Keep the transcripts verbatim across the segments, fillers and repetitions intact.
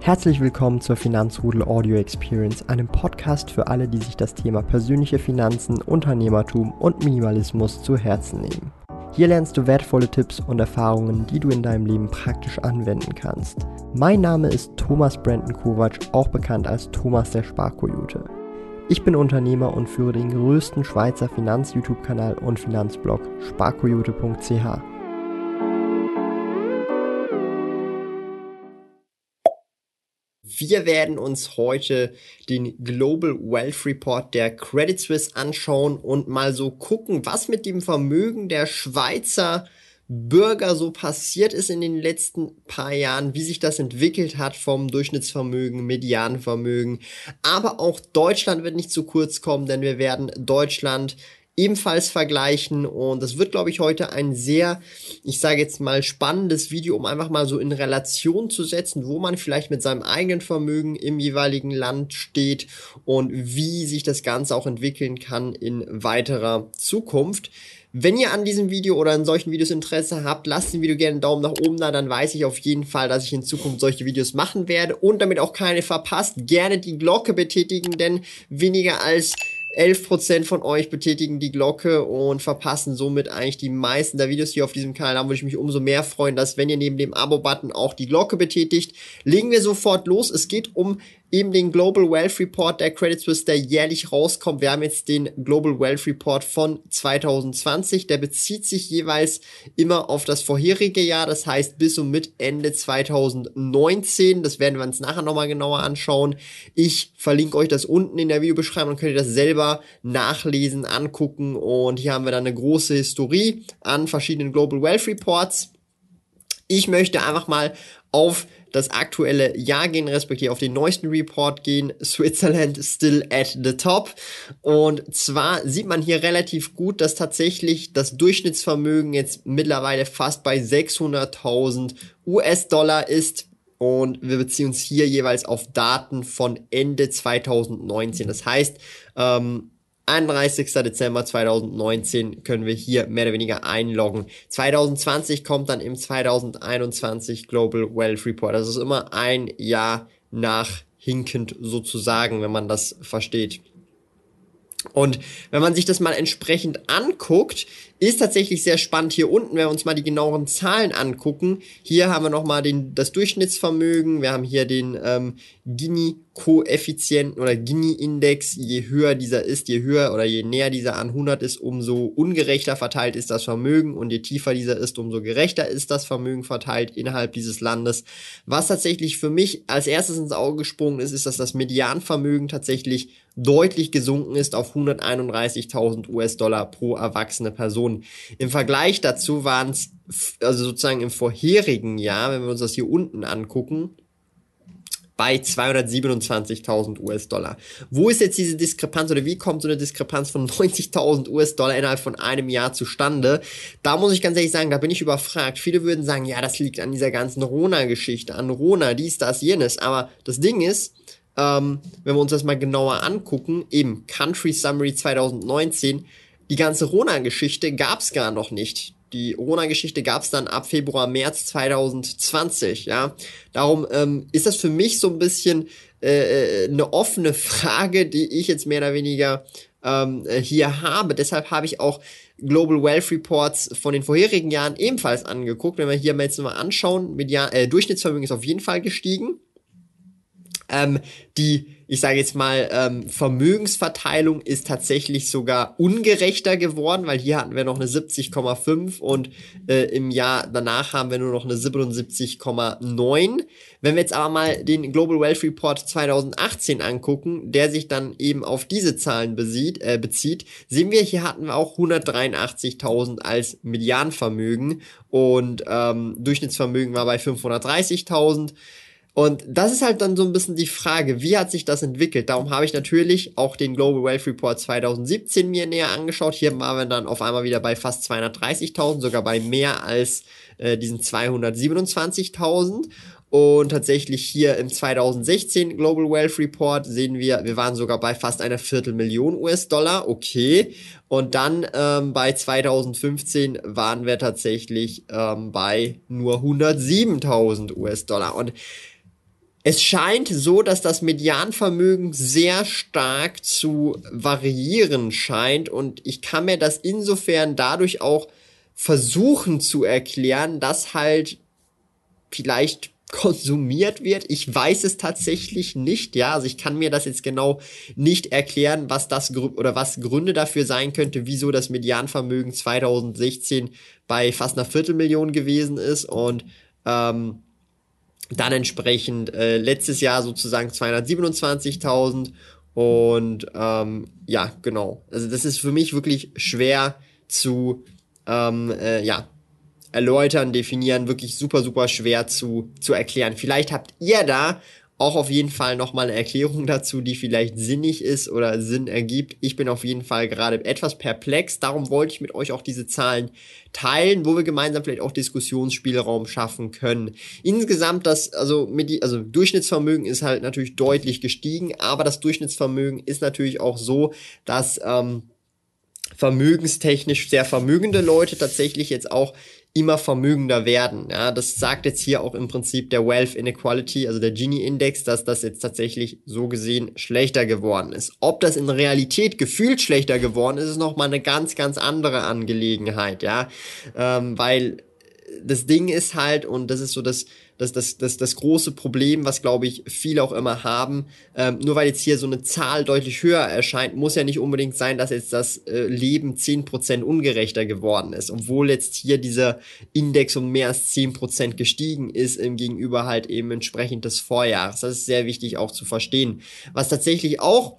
Herzlich willkommen zur Finanzrudel Audio Experience, einem Podcast für alle, die sich das Thema persönliche Finanzen, Unternehmertum und Minimalismus zu Herzen nehmen. Hier lernst du wertvolle Tipps und Erfahrungen, die du in deinem Leben praktisch anwenden kannst. Mein Name ist Thomas Brandon Kovac, auch bekannt als Thomas der Sparkoyote. Ich bin Unternehmer und führe den größten Schweizer Finanz-YouTube-Kanal und Finanzblog sparkoyote punkt c h. Wir werden uns heute den Global Wealth Report der Credit Suisse anschauen und mal so gucken, was mit dem Vermögen der Schweizer Bürger so passiert ist in den letzten paar Jahren, wie sich das entwickelt hat vom Durchschnittsvermögen, Medianvermögen. Aber auch Deutschland wird nicht zu kurz kommen, denn wir werden Deutschland ebenfalls vergleichen und das wird, glaube ich, heute ein sehr, ich sage jetzt mal, spannendes Video, um einfach mal so in Relation zu setzen, wo man vielleicht mit seinem eigenen Vermögen im jeweiligen Land steht und wie sich das Ganze auch entwickeln kann in weiterer Zukunft. Wenn ihr an diesem Video oder an solchen Videos Interesse habt, lasst dem Video gerne einen Daumen nach oben da, dann weiß ich auf jeden Fall, dass ich in Zukunft solche Videos machen werde und damit auch keine verpasst, gerne die Glocke betätigen, denn weniger als elf Prozent von euch betätigen die Glocke und verpassen somit eigentlich die meisten der Videos hier auf diesem Kanal. Da würde ich mich umso mehr freuen, dass, wenn ihr neben dem Abo-Button auch die Glocke betätigt. Legen wir sofort los. Es geht um eben den Global Wealth Report der Credit Suisse, der jährlich rauskommt. Wir haben jetzt den Global Wealth Report von zwanzig zwanzig. Der bezieht sich jeweils immer auf das vorherige Jahr, das heißt bis und mit Ende zwanzig neunzehn. Das werden wir uns nachher nochmal genauer anschauen. Ich verlinke euch das unten in der Videobeschreibung, dann könnt ihr das selber nachlesen, angucken. Und hier haben wir dann eine große Historie an verschiedenen Global Wealth Reports. Ich möchte einfach mal auf das aktuelle Jahr gehen, respektive auf den neuesten Report gehen. Switzerland still at the top. Und zwar sieht man hier relativ gut, dass tatsächlich das Durchschnittsvermögen jetzt mittlerweile fast bei sechshunderttausend US-Dollar ist. Und wir beziehen uns hier jeweils auf Daten von Ende zwanzig neunzehn. Das heißt, ähm, einunddreißigster Dezember zweitausendneunzehn können wir hier mehr oder weniger einloggen. zwanzig zwanzig kommt dann im zwanzig einundzwanzig Global Wealth Report. Das ist immer ein Jahr nachhinkend sozusagen, wenn man das versteht. Und wenn man sich das mal entsprechend anguckt, ist tatsächlich sehr spannend hier unten, wenn wir uns mal die genaueren Zahlen angucken. Hier haben wir nochmal den, das Durchschnittsvermögen, wir haben hier den ähm, Gini-Koeffizienten oder Gini-Index. Je höher dieser ist, je höher oder je näher dieser an hundert ist, umso ungerechter verteilt ist das Vermögen und je tiefer dieser ist, umso gerechter ist das Vermögen verteilt innerhalb dieses Landes. Was tatsächlich für mich als erstes ins Auge gesprungen ist, ist, dass das Medianvermögen tatsächlich deutlich gesunken ist auf hunderteinunddreißigtausend US-Dollar pro erwachsene Person. Im Vergleich dazu waren es, also sozusagen im vorherigen Jahr, wenn wir uns das hier unten angucken, bei zweihundertsiebenundzwanzigtausend US-Dollar. Wo ist jetzt diese Diskrepanz oder wie kommt so eine Diskrepanz von neunzigtausend US-Dollar innerhalb von einem Jahr zustande? Da muss ich ganz ehrlich sagen, da bin ich überfragt. Viele würden sagen, ja, das liegt an dieser ganzen Rona-Geschichte, an Rona, dies, das, jenes. Aber das Ding ist, ähm, wenn wir uns das mal genauer angucken, eben Country Summary zwanzig neunzehn, die ganze Rona-Geschichte gab's gar noch nicht. Die Rona-Geschichte gab's dann ab Februar, März zwanzig zwanzig, ja. Darum ähm, ist das für mich so ein bisschen äh, eine offene Frage, die ich jetzt mehr oder weniger ähm, hier habe. Deshalb habe ich auch Global Wealth Reports von den vorherigen Jahren ebenfalls angeguckt. Wenn wir hier mal jetzt mal anschauen, Median, äh, Durchschnittsvermögen ist auf jeden Fall gestiegen. Ähm, die, ich sage jetzt mal, ähm, Vermögensverteilung ist tatsächlich sogar ungerechter geworden, weil hier hatten wir noch eine siebzig Komma fünf und äh, im Jahr danach haben wir nur noch eine siebenundsiebzig Komma neun. Wenn wir jetzt aber mal den Global Wealth Report zwanzig achtzehn angucken, der sich dann eben auf diese Zahlen besieht, äh, bezieht, sehen wir, hier hatten wir auch hundertdreiundachtzigtausend als Medianvermögen und ähm, Durchschnittsvermögen war bei fünfhundertdreißigtausend. Und das ist halt dann so ein bisschen die Frage, wie hat sich das entwickelt? Darum habe ich natürlich auch den Global Wealth Report zwanzig siebzehn mir näher angeschaut. Hier waren wir dann auf einmal wieder bei fast zweihundertdreißigtausend, sogar bei mehr als äh, diesen zweihundertsiebenundzwanzigtausend. Und tatsächlich hier im zwanzig sechzehn Global Wealth Report sehen wir, wir waren sogar bei fast einer Viertelmillion US-Dollar, okay. Und dann ähm, bei zwanzig fünfzehn waren wir tatsächlich ähm, bei nur hundertsiebentausend US-Dollar. Und Es scheint so, dass das Medianvermögen sehr stark zu variieren scheint und ich kann mir das insofern dadurch auch versuchen zu erklären, dass halt vielleicht konsumiert wird. Ich weiß es tatsächlich nicht, ja, also ich kann mir das jetzt genau nicht erklären, was das oder was Gründe dafür sein könnte, wieso das Medianvermögen zwanzig sechzehn bei fast einer Viertelmillion gewesen ist und ähm, dann entsprechend äh, letztes Jahr sozusagen zweihundertsiebenundzwanzigtausend und ähm, ja, genau. Also das ist für mich wirklich schwer zu ähm, äh, ja, erläutern, definieren, wirklich super, super schwer zu, zu erklären. Vielleicht habt ihr da auch auf jeden Fall nochmal eine Erklärung dazu, die vielleicht sinnig ist oder Sinn ergibt. Ich bin auf jeden Fall gerade etwas perplex. Darum wollte ich mit euch auch diese Zahlen teilen, wo wir gemeinsam vielleicht auch Diskussionsspielraum schaffen können. Insgesamt das, also mit die, also Durchschnittsvermögen ist halt natürlich deutlich gestiegen, aber das Durchschnittsvermögen ist natürlich auch so, dass ähm, vermögenstechnisch sehr vermögende Leute tatsächlich jetzt auch immer vermögender werden. Ja, das sagt jetzt hier auch im Prinzip der Wealth Inequality, also der Gini-Index, dass das jetzt tatsächlich so gesehen schlechter geworden ist. Ob das in Realität gefühlt schlechter geworden ist, ist nochmal eine ganz, ganz andere Angelegenheit, ja, ähm, weil das Ding ist halt, und das ist so das, das, das, das, das große Problem, was, glaube ich, viele auch immer haben, ähm, nur weil jetzt hier so eine Zahl deutlich höher erscheint, muss ja nicht unbedingt sein, dass jetzt das äh, Leben zehn Prozent ungerechter geworden ist, obwohl jetzt hier dieser Index um mehr als zehn Prozent gestiegen ist, im Gegenüber halt eben entsprechend des Vorjahres. Das ist sehr wichtig auch zu verstehen. Was tatsächlich auch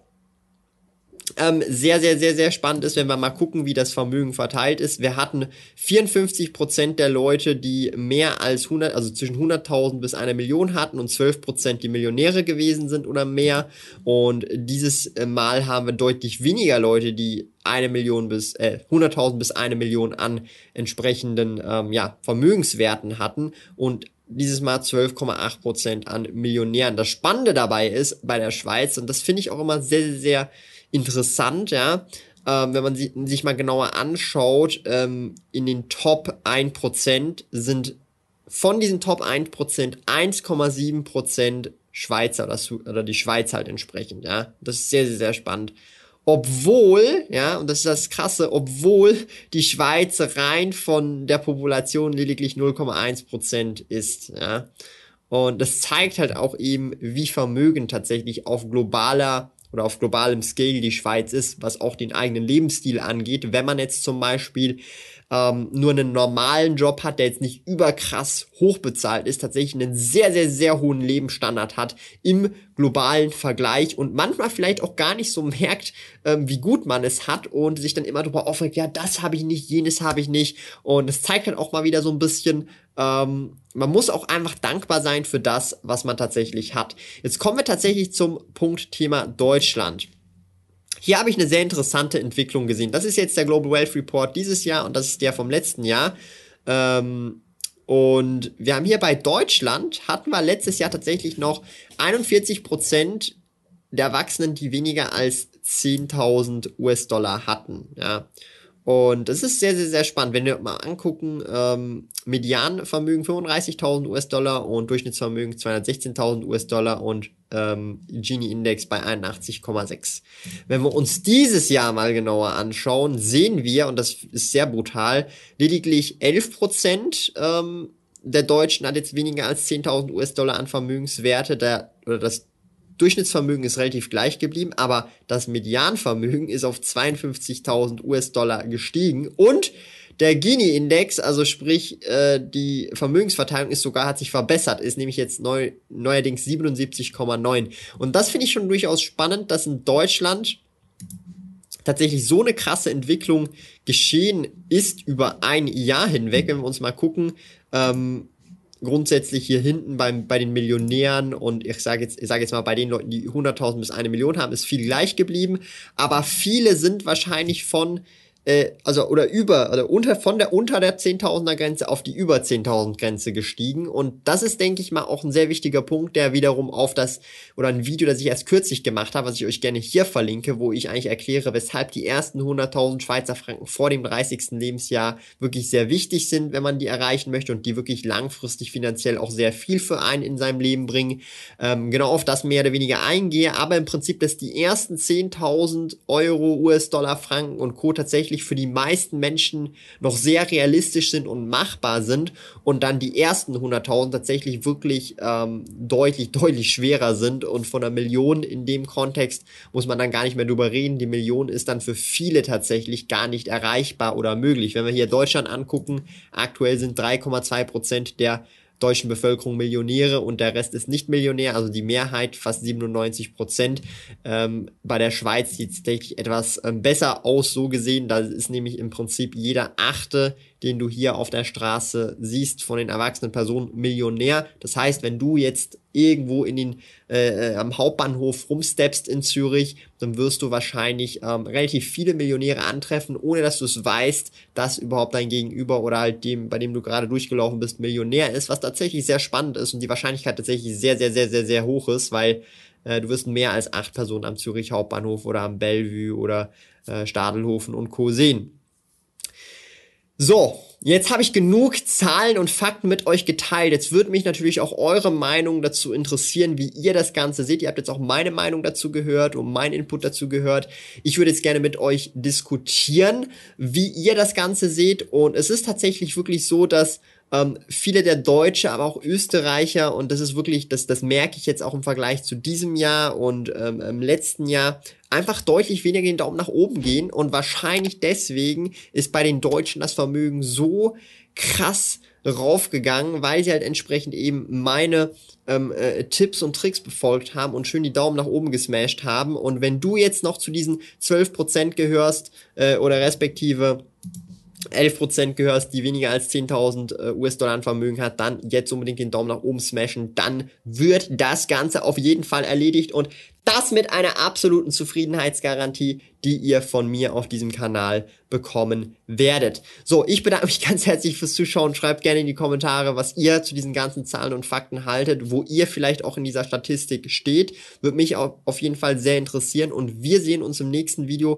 Ähm, sehr, sehr, sehr, sehr spannend ist, wenn wir mal gucken, wie das Vermögen verteilt ist. Wir hatten vierundfünfzig Prozent der Leute, die mehr als hundert, also zwischen hunderttausend bis eine Million hatten und zwölf Prozent, die Millionäre gewesen sind oder mehr. Und dieses Mal haben wir deutlich weniger Leute, die eine Million bis, äh, hunderttausend bis eine Million an entsprechenden, ähm, ja, Vermögenswerten hatten und dieses Mal zwölf Komma acht Prozent an Millionären. Das Spannende dabei ist bei der Schweiz, und das finde ich auch immer sehr, sehr, sehr interessant, ja, ähm, wenn man sie, sich mal genauer anschaut, ähm, in den Top ein Prozent sind von diesen Top ein Prozent eins Komma sieben Prozent Schweizer oder, oder die Schweiz halt entsprechend, ja. Das ist sehr, sehr, sehr spannend. Obwohl, ja, und das ist das Krasse, obwohl die Schweiz rein von der Population lediglich null Komma eins Prozent ist, ja. Und das zeigt halt auch eben, wie vermögend tatsächlich auf globaler oder auf globalem Scale die Schweiz ist, was auch den eigenen Lebensstil angeht. Wenn man jetzt zum Beispiel ähm, nur einen normalen Job hat, der jetzt nicht überkrass hoch bezahlt ist, tatsächlich einen sehr, sehr, sehr hohen Lebensstandard hat im globalen Vergleich und manchmal vielleicht auch gar nicht so merkt, ähm, wie gut man es hat und sich dann immer darüber aufregt, ja, das habe ich nicht, jenes habe ich nicht. Und es zeigt halt auch mal wieder so ein bisschen, ähm, man muss auch einfach dankbar sein für das, was man tatsächlich hat. Jetzt kommen wir tatsächlich zum Punkt Thema Deutschland. Hier habe ich eine sehr interessante Entwicklung gesehen. Das ist jetzt der Global Wealth Report dieses Jahr und das ist der vom letzten Jahr. Ähm, und wir haben hier bei Deutschland, hatten wir letztes Jahr tatsächlich noch einundvierzig Prozent der Erwachsenen, die weniger als zehntausend U S-Dollar hatten, ja. Und das ist sehr, sehr, sehr spannend. Wenn wir mal angucken, ähm, Medianvermögen fünfunddreißigtausend U S-Dollar und Durchschnittsvermögen zweihundertsechzehntausend U S-Dollar und ähm, Gini-Index bei einundachtzig Komma sechs. Wenn wir uns dieses Jahr mal genauer anschauen, sehen wir, und das ist sehr brutal, lediglich elf Prozent ähm, der Deutschen hat jetzt weniger als zehntausend U S-Dollar an Vermögenswerte. Der, oder das Durchschnittsvermögen ist relativ gleich geblieben, aber das Medianvermögen ist auf zweiundfünfzigtausend U S-Dollar gestiegen und der Gini-Index, also sprich äh, die Vermögensverteilung ist sogar, hat sich verbessert, ist nämlich jetzt neu, neuerdings siebenundsiebzig Komma neun. Und das finde ich schon durchaus spannend, dass in Deutschland tatsächlich so eine krasse Entwicklung geschehen ist über ein Jahr hinweg, wenn wir uns mal gucken, ähm, grundsätzlich hier hinten beim, bei den Millionären und ich sage jetzt, ich sage jetzt mal bei den Leuten, die hunderttausend bis eine Million haben, ist viel gleich geblieben, aber viele sind wahrscheinlich von äh, also oder über, oder unter, von der unter der zehntausender Grenze auf die über zehntausend Grenze gestiegen. Und das ist, denke ich mal, auch ein sehr wichtiger Punkt, der wiederum auf das, oder ein Video, das ich erst kürzlich gemacht habe, was ich euch gerne hier verlinke, wo ich eigentlich erkläre, weshalb die ersten hunderttausend Schweizer Franken vor dem dreißigsten Lebensjahr wirklich sehr wichtig sind, wenn man die erreichen möchte und die wirklich langfristig finanziell auch sehr viel für einen in seinem Leben bringen. Ähm, genau auf das mehr oder weniger eingehe, aber im Prinzip, dass die ersten zehntausend Euro, U S-Dollar, Franken und Co. tatsächlich für die meisten Menschen noch sehr realistisch sind und machbar sind und dann die ersten hunderttausend tatsächlich wirklich ähm, deutlich, deutlich schwerer sind und von einer Million in dem Kontext muss man dann gar nicht mehr drüber reden. Die Million ist dann für viele tatsächlich gar nicht erreichbar oder möglich. Wenn wir hier Deutschland angucken, aktuell sind drei Komma zwei Prozent der deutschen Bevölkerung Millionäre und der Rest ist nicht Millionär, also die Mehrheit, fast siebenundneunzig Prozent. Ähm, bei der Schweiz sieht es tatsächlich etwas ähm, besser aus, so gesehen. Da ist nämlich im Prinzip jeder Achte, den du hier auf der Straße siehst, von den erwachsenen Personen Millionär. Das heißt, wenn du jetzt irgendwo in den äh, am Hauptbahnhof rumsteppst in Zürich, dann wirst du wahrscheinlich ähm, relativ viele Millionäre antreffen, ohne dass du es weißt, dass überhaupt dein Gegenüber oder halt dem, bei dem du gerade durchgelaufen bist, Millionär ist, was tatsächlich sehr spannend ist und die Wahrscheinlichkeit tatsächlich sehr, sehr, sehr, sehr, sehr hoch ist, weil äh, du wirst mehr als acht Personen am Zürich Hauptbahnhof oder am Bellevue oder äh, Stadelhofen und Co. sehen. So, jetzt habe ich genug Zahlen und Fakten mit euch geteilt. Jetzt würde mich natürlich auch eure Meinung dazu interessieren, wie ihr das Ganze seht. Ihr habt jetzt auch meine Meinung dazu gehört und mein Input dazu gehört. Ich würde jetzt gerne mit euch diskutieren, wie ihr das Ganze seht. Und es ist tatsächlich wirklich so, dass ähm, viele der Deutsche, aber auch Österreicher, und das ist wirklich, das, das merke ich jetzt auch im Vergleich zu diesem Jahr und ähm, im letzten Jahr, einfach deutlich weniger den Daumen nach oben gehen und wahrscheinlich deswegen ist bei den Deutschen das Vermögen so krass raufgegangen, weil sie halt entsprechend eben meine ähm, äh, Tipps und Tricks befolgt haben und schön die Daumen nach oben gesmashed haben. Und wenn du jetzt noch zu diesen zwölf Prozent gehörst äh, oder respektive elf Prozent gehörst, die weniger als zehntausend äh, U S-Dollar an Vermögen hat, dann jetzt unbedingt den Daumen nach oben smashen, dann wird das Ganze auf jeden Fall erledigt und das mit einer absoluten Zufriedenheitsgarantie, die ihr von mir auf diesem Kanal bekommen werdet. So, ich bedanke mich ganz herzlich fürs Zuschauen. Schreibt gerne in die Kommentare, was ihr zu diesen ganzen Zahlen und Fakten haltet, wo ihr vielleicht auch in dieser Statistik steht. Würde mich auch auf jeden Fall sehr interessieren und wir sehen uns im nächsten Video.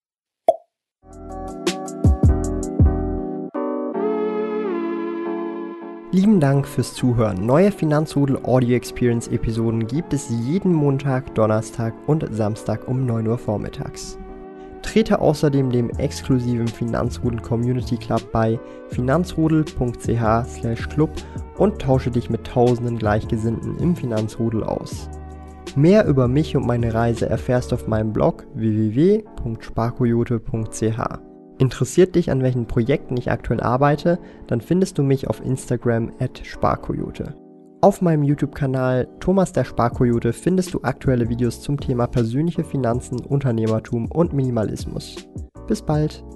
Lieben Dank fürs Zuhören. Neue Finanzrudel Audio Experience Episoden gibt es jeden Montag, Donnerstag und Samstag um neun Uhr vormittags. Trete außerdem dem exklusiven Finanzrudel Community Club bei finanzrudel punkt c h slash club und tausche dich mit tausenden Gleichgesinnten im Finanzrudel aus. Mehr über mich und meine Reise erfährst du auf meinem Blog w w w punkt sparkoyote punkt c h. Interessiert dich, an welchen Projekten ich aktuell arbeite, dann findest du mich auf Instagram at sparkoyote. Auf meinem YouTube-Kanal Thomas der Sparkoyote findest du aktuelle Videos zum Thema persönliche Finanzen, Unternehmertum und Minimalismus. Bis bald!